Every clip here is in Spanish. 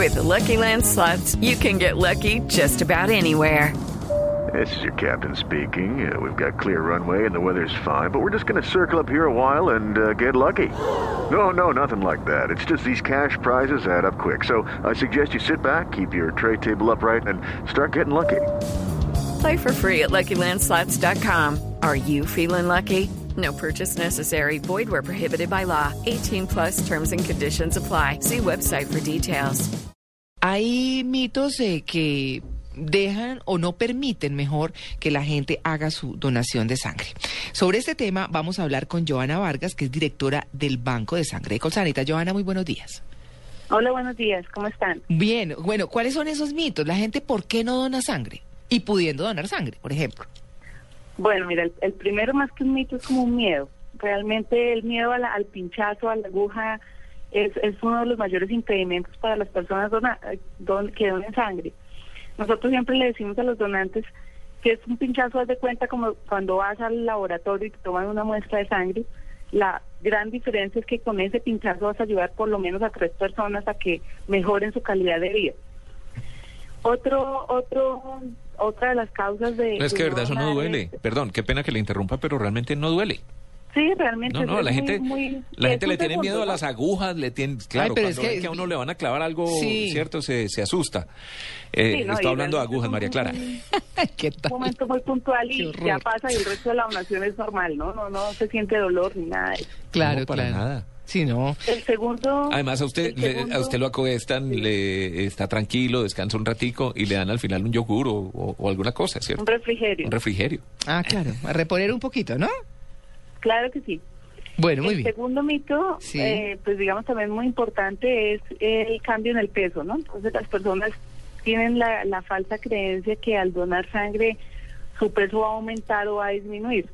With the Lucky Land Slots, you can get lucky just about anywhere. This is your captain speaking. We've got clear runway and the weather's fine, but we're just going to circle up here a while and get lucky. No, nothing like that. It's just these cash prizes add up quick. So I suggest you sit back, keep your tray table upright, and start getting lucky. Play for free at LuckyLandSlots.com. Are you feeling lucky? No purchase necessary. Void where prohibited by law. 18 plus terms and conditions apply. See website for details. Hay mitos que dejan o no permiten, mejor, que la gente haga su donación de sangre. Sobre este tema vamos a hablar con Joana Vargas, que es directora del Banco de Sangre de Colsanita. Joana, muy buenos días. Hola, buenos días, ¿cómo están? Bien, bueno, ¿cuáles son esos mitos? La gente, ¿por qué no dona sangre? Y pudiendo donar sangre, por ejemplo. Bueno, mira, el primero más que un mito es como un miedo. Realmente el miedo al pinchazo, a la aguja, es uno de los mayores impedimentos para las personas que donen sangre. Nosotros siempre le decimos a los donantes que es un pinchazo, haz de cuenta como cuando vas al laboratorio y te toman una muestra de sangre. La gran diferencia es que con ese pinchazo vas a ayudar por lo menos a 3 personas a que mejoren su calidad de vida. Otra de las causas de... No, es que de verdad eso no duele. Perdón, qué pena que le interrumpa, pero realmente no duele. Sí, realmente. No, la gente le tiene miedo a las agujas, claro, pero cuando ven que a uno le van a clavar algo, sí, cierto, se asusta. Sí, no, estoy hablando de agujas, María Clara. ¿Qué tal? Un momento muy puntual y ya pasa y el resto de la donación es normal, ¿no? No se siente dolor ni nada de eso. Claro, no, para nada. Sí, no. El segundo... Además, a usted lo acuestan, está tranquilo, descansa un ratico y le dan al final un yogur o alguna cosa, ¿cierto? Un refrigerio. Un refrigerio. Ah, claro, a reponer un poquito, ¿no? Claro que sí. Bueno, muy bien. El segundo mito, sí, pues digamos también muy importante, es el cambio en el peso, ¿no? Entonces las personas tienen la falsa creencia que al donar sangre su peso va a aumentar o va a disminuir.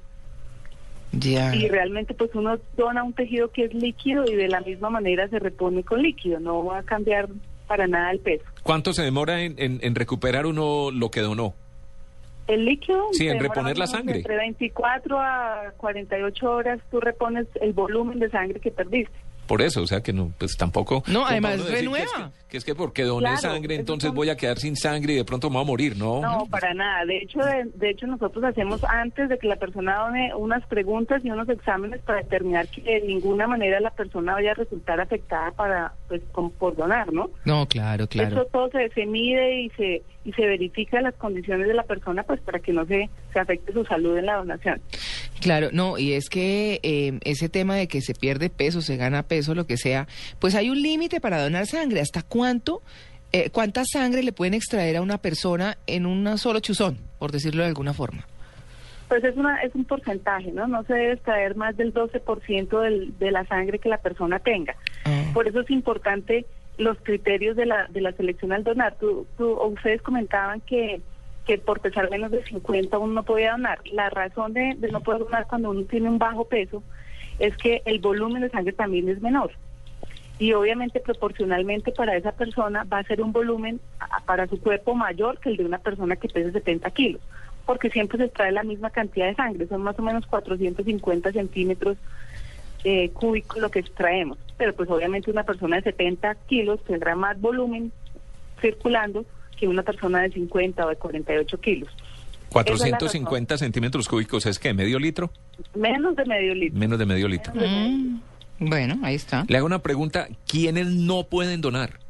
Ya. Y realmente pues uno dona un tejido que es líquido y de la misma manera se repone con líquido, no va a cambiar para nada el peso. ¿Cuánto se demora en recuperar uno lo que donó? El líquido... Sí, en reponer la sangre. Entre 24 a 48 horas tú repones el volumen de sangre que perdiste. Por eso, o sea que no, pues tampoco... No, además renueva. Que es que porque doné sangre, entonces voy a quedar sin sangre y de pronto me voy a morir, ¿no? No, para nada. De hecho nosotros hacemos antes de que la persona done unas preguntas y unos exámenes para determinar que de ninguna manera la persona vaya a resultar afectada por donar, ¿no? No, claro. Eso todo se mide y se verifica las condiciones de la persona pues para que no se afecte su salud en la donación. Claro, no, y es que ese tema de que se pierde peso, se gana peso, lo que sea, pues hay un límite para donar sangre. ¿Hasta cuánta sangre le pueden extraer a una persona en un solo chuzón, por decirlo de alguna forma? Pues es un porcentaje, ¿no? No se debe extraer más del 12% de la sangre que la persona tenga. Por eso es importante los criterios de la selección al donar. Ustedes comentaban que por pesar menos de 50 uno no podía donar. La razón de no poder donar cuando uno tiene un bajo peso es que el volumen de sangre también es menor. Y obviamente proporcionalmente para esa persona va a ser un volumen para su cuerpo mayor que el de una persona que pesa 70 kilos, porque siempre se extrae la misma cantidad de sangre, son más o menos 450 centímetros cúbicos lo que extraemos, pero pues obviamente una persona de 70 kilos tendrá más volumen circulando que una persona de 50 o de 48 kilos. 450 centímetros cúbicos, ¿es qué? ¿Medio litro? Menos de medio litro. Menos de medio litro. Bueno, ahí está. Le hago una pregunta, ¿quiénes no pueden donar?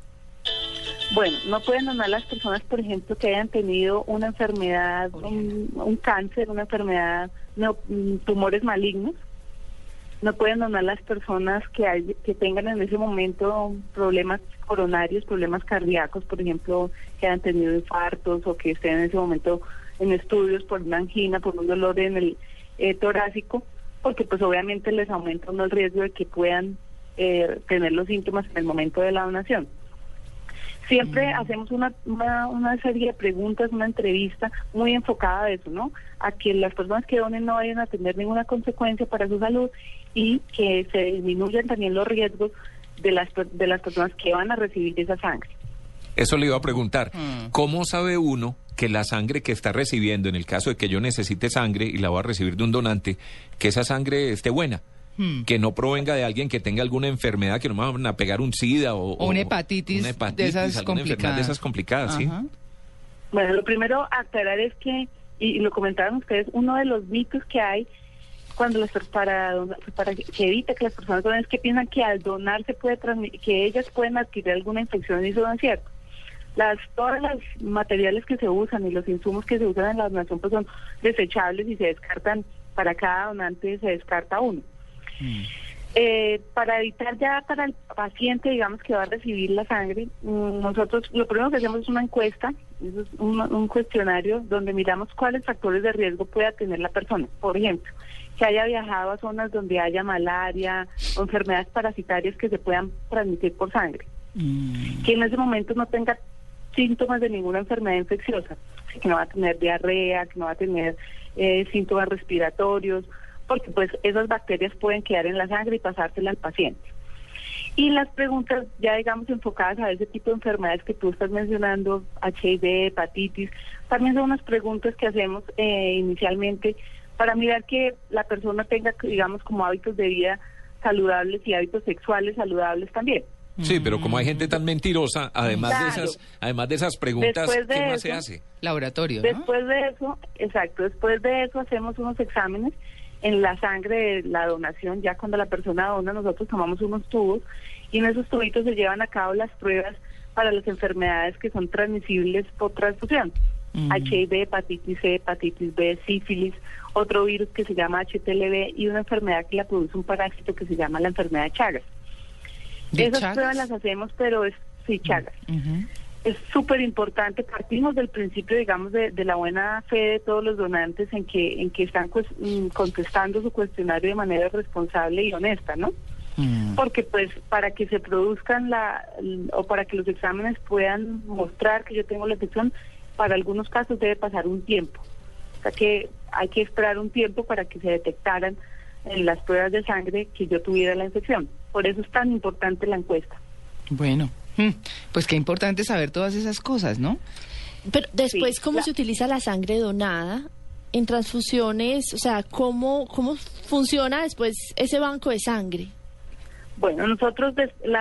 Bueno, no pueden donar las personas, por ejemplo, que hayan tenido una enfermedad, un cáncer, una enfermedad, tumores malignos. No pueden donar las personas que tengan en ese momento problemas coronarios, problemas cardíacos, por ejemplo, que hayan tenido infartos o que estén en ese momento en estudios por una angina, por un dolor en el torácico, porque pues obviamente les aumenta el riesgo de que puedan tener los síntomas en el momento de la donación. Siempre hacemos una serie de preguntas, una entrevista muy enfocada a eso, ¿no? A que las personas que donen no vayan a tener ninguna consecuencia para su salud y que se disminuyan también los riesgos de las personas que van a recibir esa sangre. Eso le iba a preguntar. ¿Cómo sabe uno que la sangre que está recibiendo, en el caso de que yo necesite sangre y la voy a recibir de un donante, que esa sangre esté buena? que no provenga de alguien que tenga alguna enfermedad, que no me van a pegar un SIDA o una hepatitis de esas alguna enfermedad de esas complicadas, ¿sí? Bueno, lo primero a aclarar es que, y lo comentaron ustedes, uno de los mitos que hay cuando para que evite que las personas donen es que piensan que al donar se puede que ellas pueden adquirir alguna infección, y eso no es cierto. Todos los materiales que se usan y los insumos que se usan en la donación pues son desechables y se descartan, para cada donante se descarta uno. Para evitar ya para el paciente, digamos, que va a recibir la sangre, nosotros lo primero que hacemos es una encuesta, eso es un cuestionario donde miramos cuáles factores de riesgo pueda tener la persona. Por ejemplo, que haya viajado a zonas donde haya malaria o enfermedades parasitarias que se puedan transmitir por sangre. Que en ese momento no tenga síntomas de ninguna enfermedad infecciosa, que no va a tener diarrea, que no va a tener síntomas respiratorios, porque pues esas bacterias pueden quedar en la sangre y pasársela al paciente. Y las preguntas ya digamos enfocadas a ese tipo de enfermedades que tú estás mencionando, HIV, hepatitis, también son unas preguntas que hacemos inicialmente para mirar que la persona tenga, digamos, como hábitos de vida saludables y hábitos sexuales saludables también. Sí, pero como hay gente tan mentirosa, además de esas preguntas, ¿qué más se hace? Laboratorio, ¿no? Después de eso, exacto, después de eso hacemos unos exámenes en la sangre de la donación. Ya cuando la persona dona, nosotros tomamos unos tubos y en esos tubitos se llevan a cabo las pruebas para las enfermedades que son transmisibles por transfusión. HIV, hepatitis C, hepatitis B, sífilis, otro virus que se llama HTLV y una enfermedad que la produce un parásito que se llama la enfermedad de Chagas. Esas pruebas las hacemos, pero Chagas. Es súper importante, partimos del principio, digamos, de la buena fe de todos los donantes en que están contestando su cuestionario de manera responsable y honesta, ¿no? Porque pues para que se produzcan o para que los exámenes puedan mostrar que yo tengo la infección, para algunos casos debe pasar un tiempo. O sea que hay que esperar un tiempo para que se detectaran en las pruebas de sangre que yo tuviera la infección. Por eso es tan importante la encuesta. Bueno, pues qué importante saber todas esas cosas, ¿no? Pero después, ¿cómo se utiliza la sangre donada en transfusiones? O sea, ¿cómo funciona después ese banco de sangre? Bueno, nosotros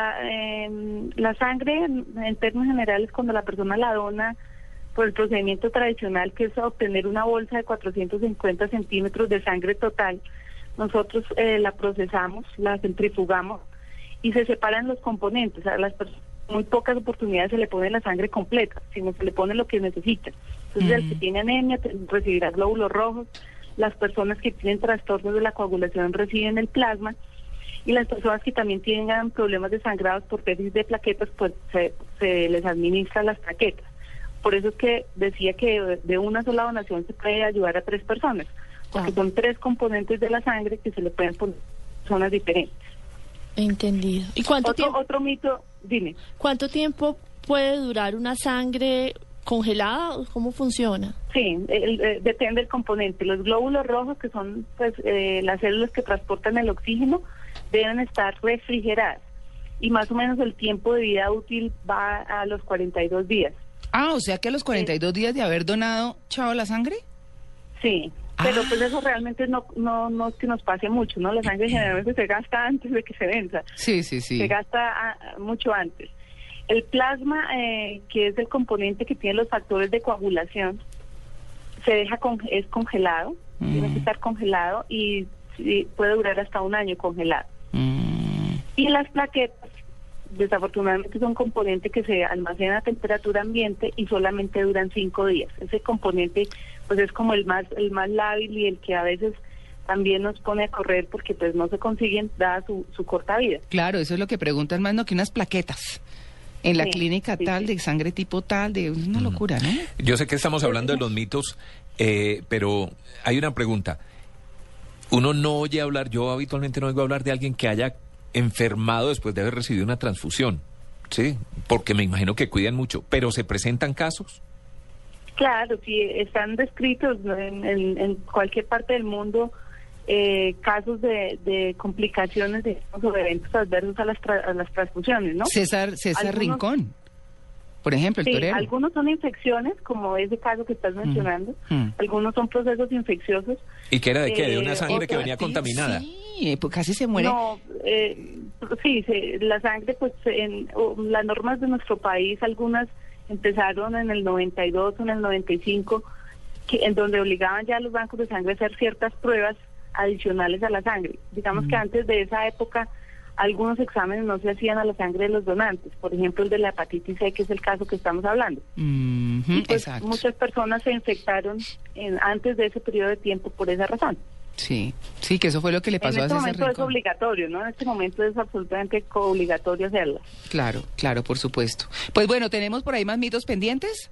la sangre, en términos generales, cuando la persona la dona por el procedimiento tradicional, que es obtener una bolsa de 450 centímetros de sangre total, nosotros la procesamos, la centrifugamos y se separan los componentes. A las personas, muy pocas oportunidades se le pone la sangre completa, sino se le pone lo que necesita. Entonces, el que tiene anemia recibirá glóbulos rojos, las personas que tienen trastornos de la coagulación reciben el plasma, y las personas que también tengan problemas de sangrados por déficit de plaquetas, pues se les administra las plaquetas. Por eso es que decía que de una sola donación se puede ayudar a 3 personas, porque son 3 componentes de la sangre que se le pueden poner a personas diferentes. Entendido. ¿Y cuánto tiempo? Otro mito, dime. ¿Cuánto tiempo puede durar una sangre congelada? ¿Cómo funciona? Sí, depende del componente. Los glóbulos rojos, que son pues las células que transportan el oxígeno, deben estar refrigeradas. Y más o menos el tiempo de vida útil va a los 42 días. O sea que a los 42 días de haber donado, chao la sangre. Sí, pero pues eso realmente no es que nos pase mucho, ¿no? La sangre generalmente se gasta antes de que se venza. Sí. Se gasta mucho antes. El plasma, que es el componente que tiene los factores de coagulación, es congelado, tiene que estar congelado y puede durar hasta 1 año congelado. Y las plaquetas, desafortunadamente, son componentes que se almacenan a temperatura ambiente y solamente duran 5 días. Ese componente pues es como el más lábil y el que a veces también nos pone a correr porque pues no se consiguen dada su corta vida. Claro, eso es lo que preguntan más, ¿no? Que unas plaquetas en la clínica tal, de sangre tipo tal, de una locura, ¿no? Yo sé que estamos hablando de los mitos, pero hay una pregunta. Uno no oye hablar, yo habitualmente no oigo hablar de alguien que haya enfermado después de haber recibido una transfusión, ¿sí? Porque me imagino que cuidan mucho, pero ¿se presentan casos? Claro, sí, están descritos en cualquier parte del mundo casos de complicaciones o de eventos adversos a las transfusiones, ¿no? César Rincón. por ejemplo, el Sí, torero. algunos son infecciones, como ese caso que estás mencionando. Algunos son procesos infecciosos. ¿Y qué era de qué? De una sangre que otra- venía contaminada. Sí, pues casi se muere. No, la sangre, pues las normas de nuestro país, algunas empezaron en el 92 o en el 95, en donde obligaban ya a los bancos de sangre a hacer ciertas pruebas adicionales a la sangre. Digamos que antes de esa época, algunos exámenes no se hacían a la sangre de los donantes, por ejemplo el de la hepatitis C, que es el caso que estamos hablando. Y pues Exacto. muchas personas se infectaron antes de ese periodo de tiempo por esa razón. Sí, sí, que eso fue lo que le pasó En a este César momento es Rincón. obligatorio, ¿no? En este momento es absolutamente obligatorio hacerlo. Claro, claro, por supuesto. Pues bueno, ¿tenemos por ahí más mitos pendientes?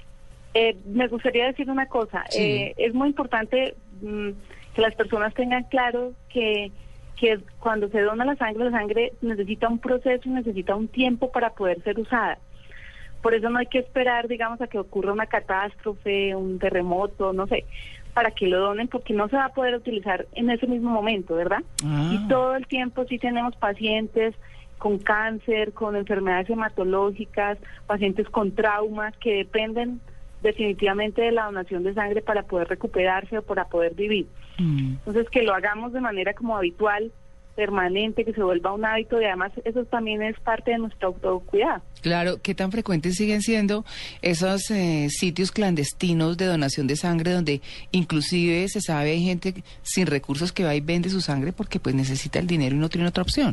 Me gustaría decir una cosa. Sí. Es muy importante que las personas tengan claro que cuando se dona la sangre necesita un proceso y necesita un tiempo para poder ser usada. Por eso no hay que esperar, digamos, a que ocurra una catástrofe, un terremoto, no sé, para que lo donen, porque no se va a poder utilizar en ese mismo momento, ¿verdad? Y todo el tiempo sí tenemos pacientes con cáncer, con enfermedades hematológicas, pacientes con traumas que dependen definitivamente de la donación de sangre para poder recuperarse o para poder vivir. Entonces, que lo hagamos de manera como habitual, permanente, que se vuelva un hábito, y además eso también es parte de nuestro autocuidado. Claro, ¿qué tan frecuentes siguen siendo esos sitios clandestinos de donación de sangre donde inclusive se sabe hay gente sin recursos que va y vende su sangre porque pues necesita el dinero y no tiene otra opción?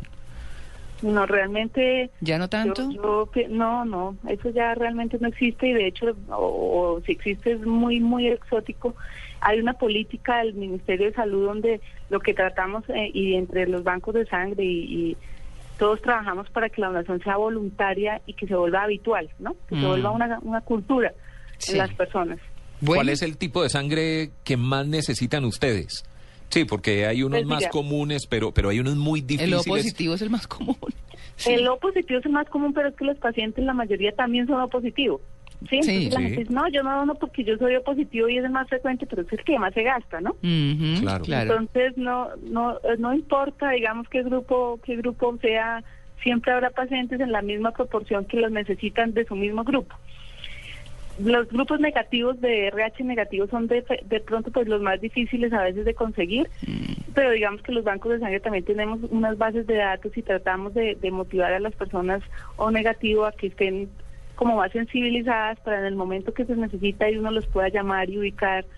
No, realmente... ¿Ya no tanto? No, eso ya realmente no existe, y de hecho, o si existe es muy, muy exótico. Hay una política del Ministerio de Salud donde lo que tratamos, y entre los bancos de sangre y todos trabajamos para que la donación sea voluntaria y que se vuelva habitual, ¿no? Que se vuelva una cultura en las personas. Bueno. ¿Cuál es el tipo de sangre que más necesitan ustedes? Sí, porque hay unos Pues más mira, comunes, pero hay unos muy El difíciles. O positivo es el más común. Sí. El O positivo es el más común, pero es que los pacientes, la mayoría también son O positivo. Sí, entonces la gente dice, no, yo no dono porque yo soy O positivo y es el más frecuente, pero es el que más se gasta, ¿no? Ujú, Claro. Entonces no importa, digamos, qué grupo sea, siempre habrá pacientes en la misma proporción que los necesitan de su mismo grupo. Los grupos negativos de RH negativo son de pronto pues los más difíciles a veces de conseguir, pero digamos que los bancos de sangre también tenemos unas bases de datos y tratamos de motivar a las personas O negativo a que estén como más sensibilizadas para en el momento que se necesita y uno los pueda llamar y ubicar,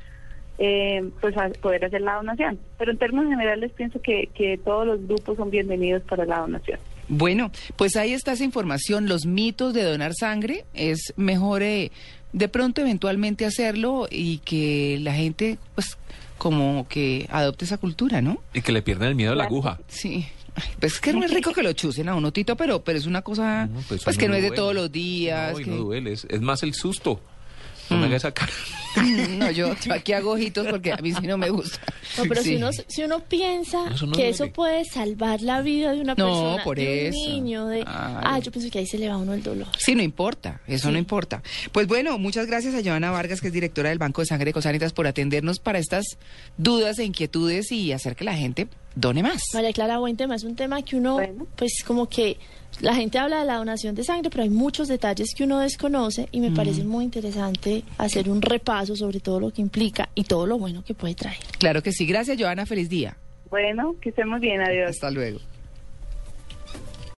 pues a poder hacer la donación. Pero en términos generales pienso que todos los grupos son bienvenidos para la donación. Bueno, pues ahí está esa información, los mitos de donar sangre. Es mejor de pronto eventualmente hacerlo y que la gente pues como que adopte esa cultura, ¿no? Y que le pierdan el miedo a la Claro. aguja. Sí. Ay, pues es que es muy rico que lo chusen a uno, Tito, pero es una cosa No, pues eso que no es de duele. todos los días. No, y que- no duele, es más el susto. No me haga esa cara. No, yo aquí hago ojitos porque a mí sí no me gusta. No, pero Sí. si uno piensa Eso no que duele. eso puede salvar la vida de una No, persona, por de un eso. niño, Ay. yo pienso que ahí se le va a uno el dolor. Sí, no importa, eso no importa. Pues bueno, muchas gracias a Joana Vargas, que es directora del Banco de Sangre Ecosanitas, por atendernos para estas dudas e inquietudes y hacer que la gente done más. María Clara, buen tema. Es un tema que uno, Bueno. pues como que la gente habla de la donación de sangre, pero hay muchos detalles que uno desconoce y me parece muy interesante hacer un repaso sobre todo lo que implica y todo lo bueno que puede traer. Claro que sí. Gracias, Joana. Feliz día. Bueno, que estemos bien, adiós. Hasta luego.